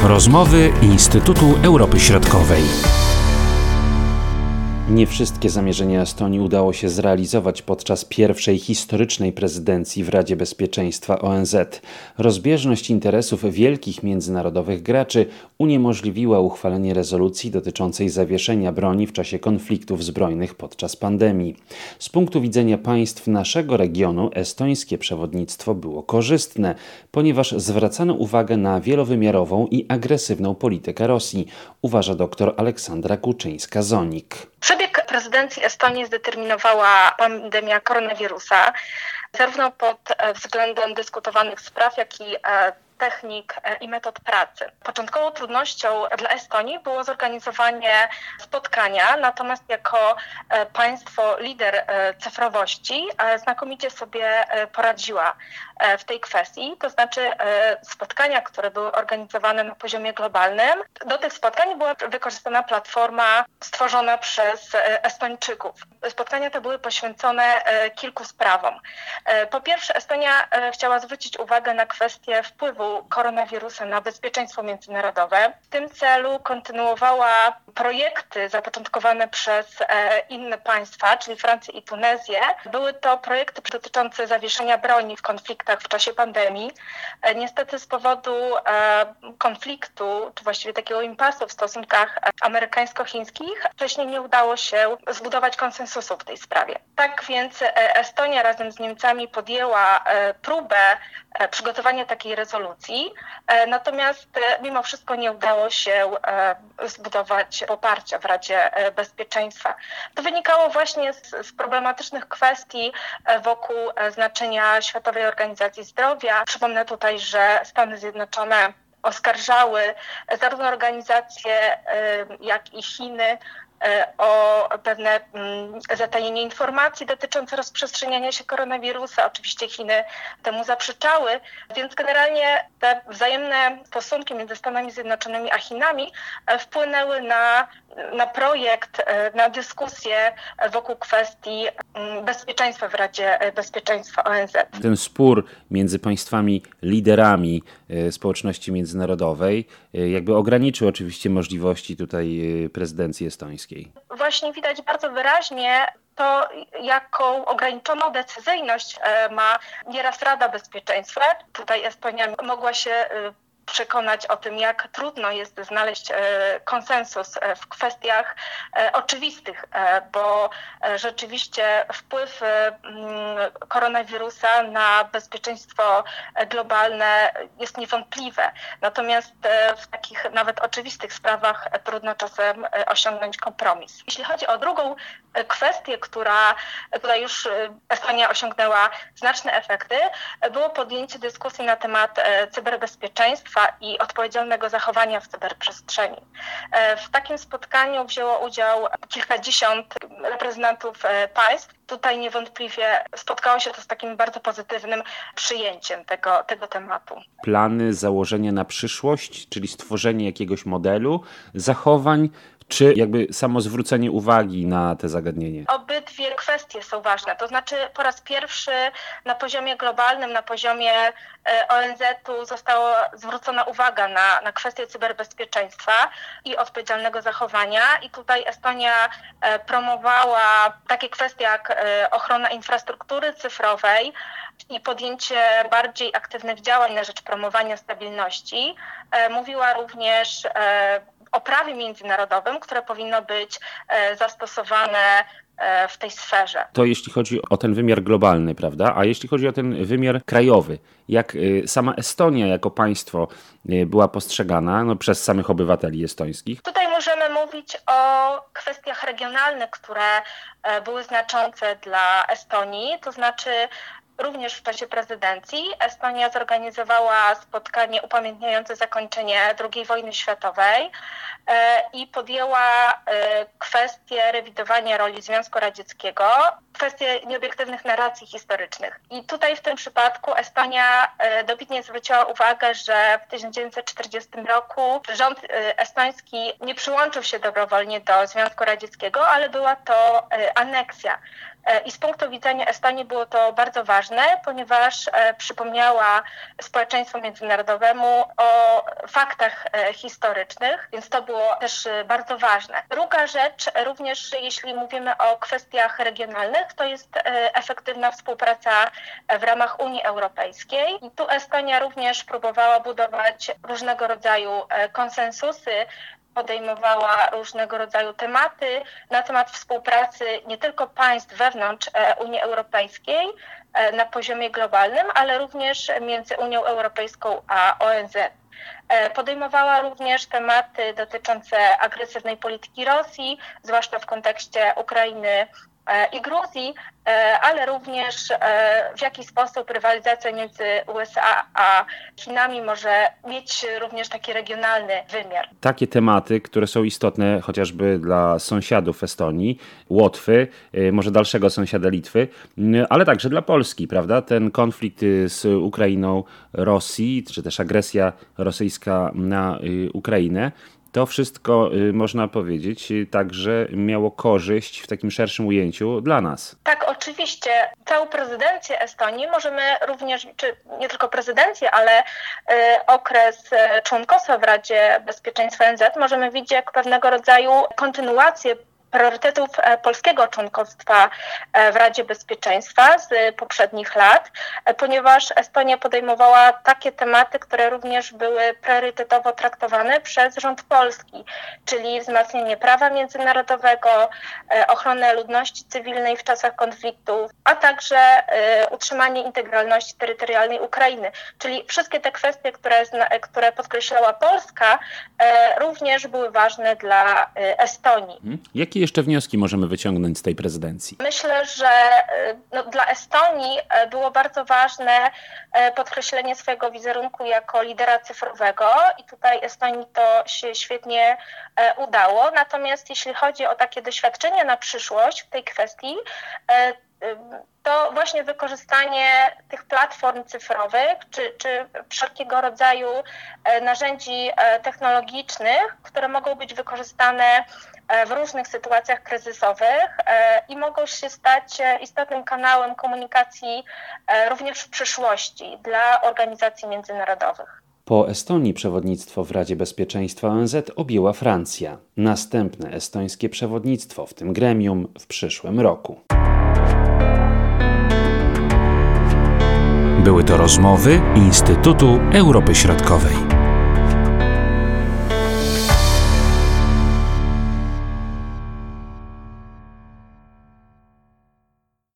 Rozmowy Instytutu Europy Środkowej. Nie wszystkie zamierzenia Estonii udało się zrealizować podczas pierwszej historycznej prezydencji w Radzie Bezpieczeństwa ONZ. Rozbieżność interesów wielkich międzynarodowych graczy uniemożliwiła uchwalenie rezolucji dotyczącej zawieszenia broni w czasie konfliktów zbrojnych podczas pandemii. Z punktu widzenia państw naszego regionu estońskie przewodnictwo było korzystne, ponieważ zwracano uwagę na wielowymiarową i agresywną politykę Rosji, uważa dr Aleksandra Kuczyńska-Zonik. Przebieg prezydencji Estonii zdeterminowała pandemia koronawirusa, zarówno pod względem dyskutowanych spraw, jak i technik i metod pracy. Początkową trudnością dla Estonii było zorganizowanie spotkania, natomiast jako państwo lider cyfrowości znakomicie sobie poradziła w tej kwestii, to znaczy spotkania, które były organizowane na poziomie globalnym. Do tych spotkań była wykorzystana platforma stworzona przez Estończyków. Spotkania te były poświęcone kilku sprawom. Po pierwsze, Estonia chciała zwrócić uwagę na kwestię wpływu koronawirusa na bezpieczeństwo międzynarodowe. W tym celu kontynuowała projekty zapoczątkowane przez inne państwa, czyli Francję i Tunezję. Były to projekty dotyczące zawieszenia broni w konfliktach w czasie pandemii. Niestety z powodu konfliktu, czy właściwie takiego impasu w stosunkach amerykańsko-chińskich, wcześniej nie udało się zbudować konsensusu w tej sprawie. Tak więc Estonia razem z Niemcami podjęła próbę przygotowania takiej rezolucji, natomiast mimo wszystko nie udało się zbudować poparcia w Radzie Bezpieczeństwa. To wynikało właśnie z problematycznych kwestii wokół znaczenia Światowej Organizacji Zdrowia. Przypomnę tutaj, że Stany Zjednoczone oskarżały zarówno organizacje, jak i Chiny o pewne zatajnienie informacji dotyczące rozprzestrzeniania się koronawirusa. Oczywiście Chiny temu zaprzeczały, więc generalnie te wzajemne stosunki między Stanami Zjednoczonymi a Chinami wpłynęły na projekt, na dyskusję wokół kwestii bezpieczeństwa w Radzie Bezpieczeństwa ONZ. Ten spór między państwami liderami społeczności międzynarodowej jakby ograniczył oczywiście możliwości tutaj prezydencji estońskiej. Właśnie widać bardzo wyraźnie to, jaką ograniczoną decyzyjność ma nieraz Rada Bezpieczeństwa. Tutaj Estonia mogła się przekonać o tym, jak trudno jest znaleźć konsensus w kwestiach oczywistych, bo rzeczywiście wpływ koronawirusa na bezpieczeństwo globalne jest niewątpliwe. Natomiast w takich nawet oczywistych sprawach trudno czasem osiągnąć kompromis. Jeśli chodzi o drugą kwestię, która już Estonia osiągnęła znaczne efekty, było podjęcie dyskusji na temat cyberbezpieczeństwa i odpowiedzialnego zachowania w cyberprzestrzeni. W takim spotkaniu wzięło udział kilkadziesiąt reprezentantów państw. Tutaj niewątpliwie spotkało się to z takim bardzo pozytywnym przyjęciem tego tematu. Plany, założenia na przyszłość, czyli stworzenie jakiegoś modelu zachowań, czy jakby samo zwrócenie uwagi na te zagadnienie? Obydwie kwestie są ważne. To znaczy po raz pierwszy na poziomie globalnym, na poziomie ONZ-u została zwrócona uwaga na kwestię cyberbezpieczeństwa i odpowiedzialnego zachowania. I tutaj Estonia promowała takie kwestie jak ochrona infrastruktury cyfrowej i podjęcie bardziej aktywnych działań na rzecz promowania stabilności. Mówiła również o prawie międzynarodowym, które powinno być zastosowane w tej sferze. To jeśli chodzi o ten wymiar globalny, prawda? A jeśli chodzi o ten wymiar krajowy, jak sama Estonia jako państwo była postrzegana przez samych obywateli estońskich? Tutaj możemy mówić o kwestiach regionalnych, które były znaczące dla Estonii, to znaczy również w czasie prezydencji Estonia zorganizowała spotkanie upamiętniające zakończenie II wojny światowej i podjęła kwestię rewidowania roli Związku Radzieckiego, kwestię nieobiektywnych narracji historycznych. I tutaj w tym przypadku Estonia dobitnie zwróciła uwagę, że w 1940 roku rząd estoński nie przyłączył się dobrowolnie do Związku Radzieckiego, ale była to aneksja. I z punktu widzenia Estonii było to bardzo ważne, ponieważ przypomniała społeczeństwu międzynarodowemu o faktach historycznych, więc to było też bardzo ważne. Druga rzecz, również jeśli mówimy o kwestiach regionalnych, to jest efektywna współpraca w ramach Unii Europejskiej. I tu Estonia również próbowała budować różnego rodzaju konsensusy, podejmowała różnego rodzaju tematy na temat współpracy nie tylko państw wewnątrz Unii Europejskiej na poziomie globalnym, ale również między Unią Europejską a ONZ. Podejmowała również tematy dotyczące agresywnej polityki Rosji, zwłaszcza w kontekście Ukrainy i Gruzji, ale również w jaki sposób rywalizacja między USA a Chinami może mieć również taki regionalny wymiar. Takie tematy, które są istotne chociażby dla sąsiadów Estonii, Łotwy, może dalszego sąsiada Litwy, ale także dla Polski, prawda? Ten konflikt z Ukrainą Rosji, czy też agresja rosyjska na Ukrainę, to wszystko, można powiedzieć, także miało korzyść w takim szerszym ujęciu dla nas. Tak, oczywiście. Całą prezydencję Estonii możemy również, czy nie tylko prezydencję, ale okres członkostwa w Radzie Bezpieczeństwa ONZ możemy widzieć jak pewnego rodzaju kontynuację priorytetów polskiego członkostwa w Radzie Bezpieczeństwa z poprzednich lat, ponieważ Estonia podejmowała takie tematy, które również były priorytetowo traktowane przez rząd polski, czyli wzmacnianie prawa międzynarodowego, ochronę ludności cywilnej w czasach konfliktów, a także utrzymanie integralności terytorialnej Ukrainy. Czyli wszystkie te kwestie, które podkreślała Polska, również były ważne dla Estonii. Jakie jeszcze wnioski możemy wyciągnąć z tej prezydencji? Myślę, że dla Estonii było bardzo ważne podkreślenie swojego wizerunku jako lidera cyfrowego i tutaj Estonii to się świetnie udało. Natomiast jeśli chodzi o takie doświadczenia na przyszłość w tej kwestii, to właśnie wykorzystanie tych platform cyfrowych czy wszelkiego rodzaju narzędzi technologicznych, które mogą być wykorzystane w różnych sytuacjach kryzysowych i mogą się stać istotnym kanałem komunikacji również w przyszłości dla organizacji międzynarodowych. Po Estonii przewodnictwo w Radzie Bezpieczeństwa ONZ objęła Francja. Następne estońskie przewodnictwo w tym gremium w przyszłym roku. Były to rozmowy Instytutu Europy Środkowej.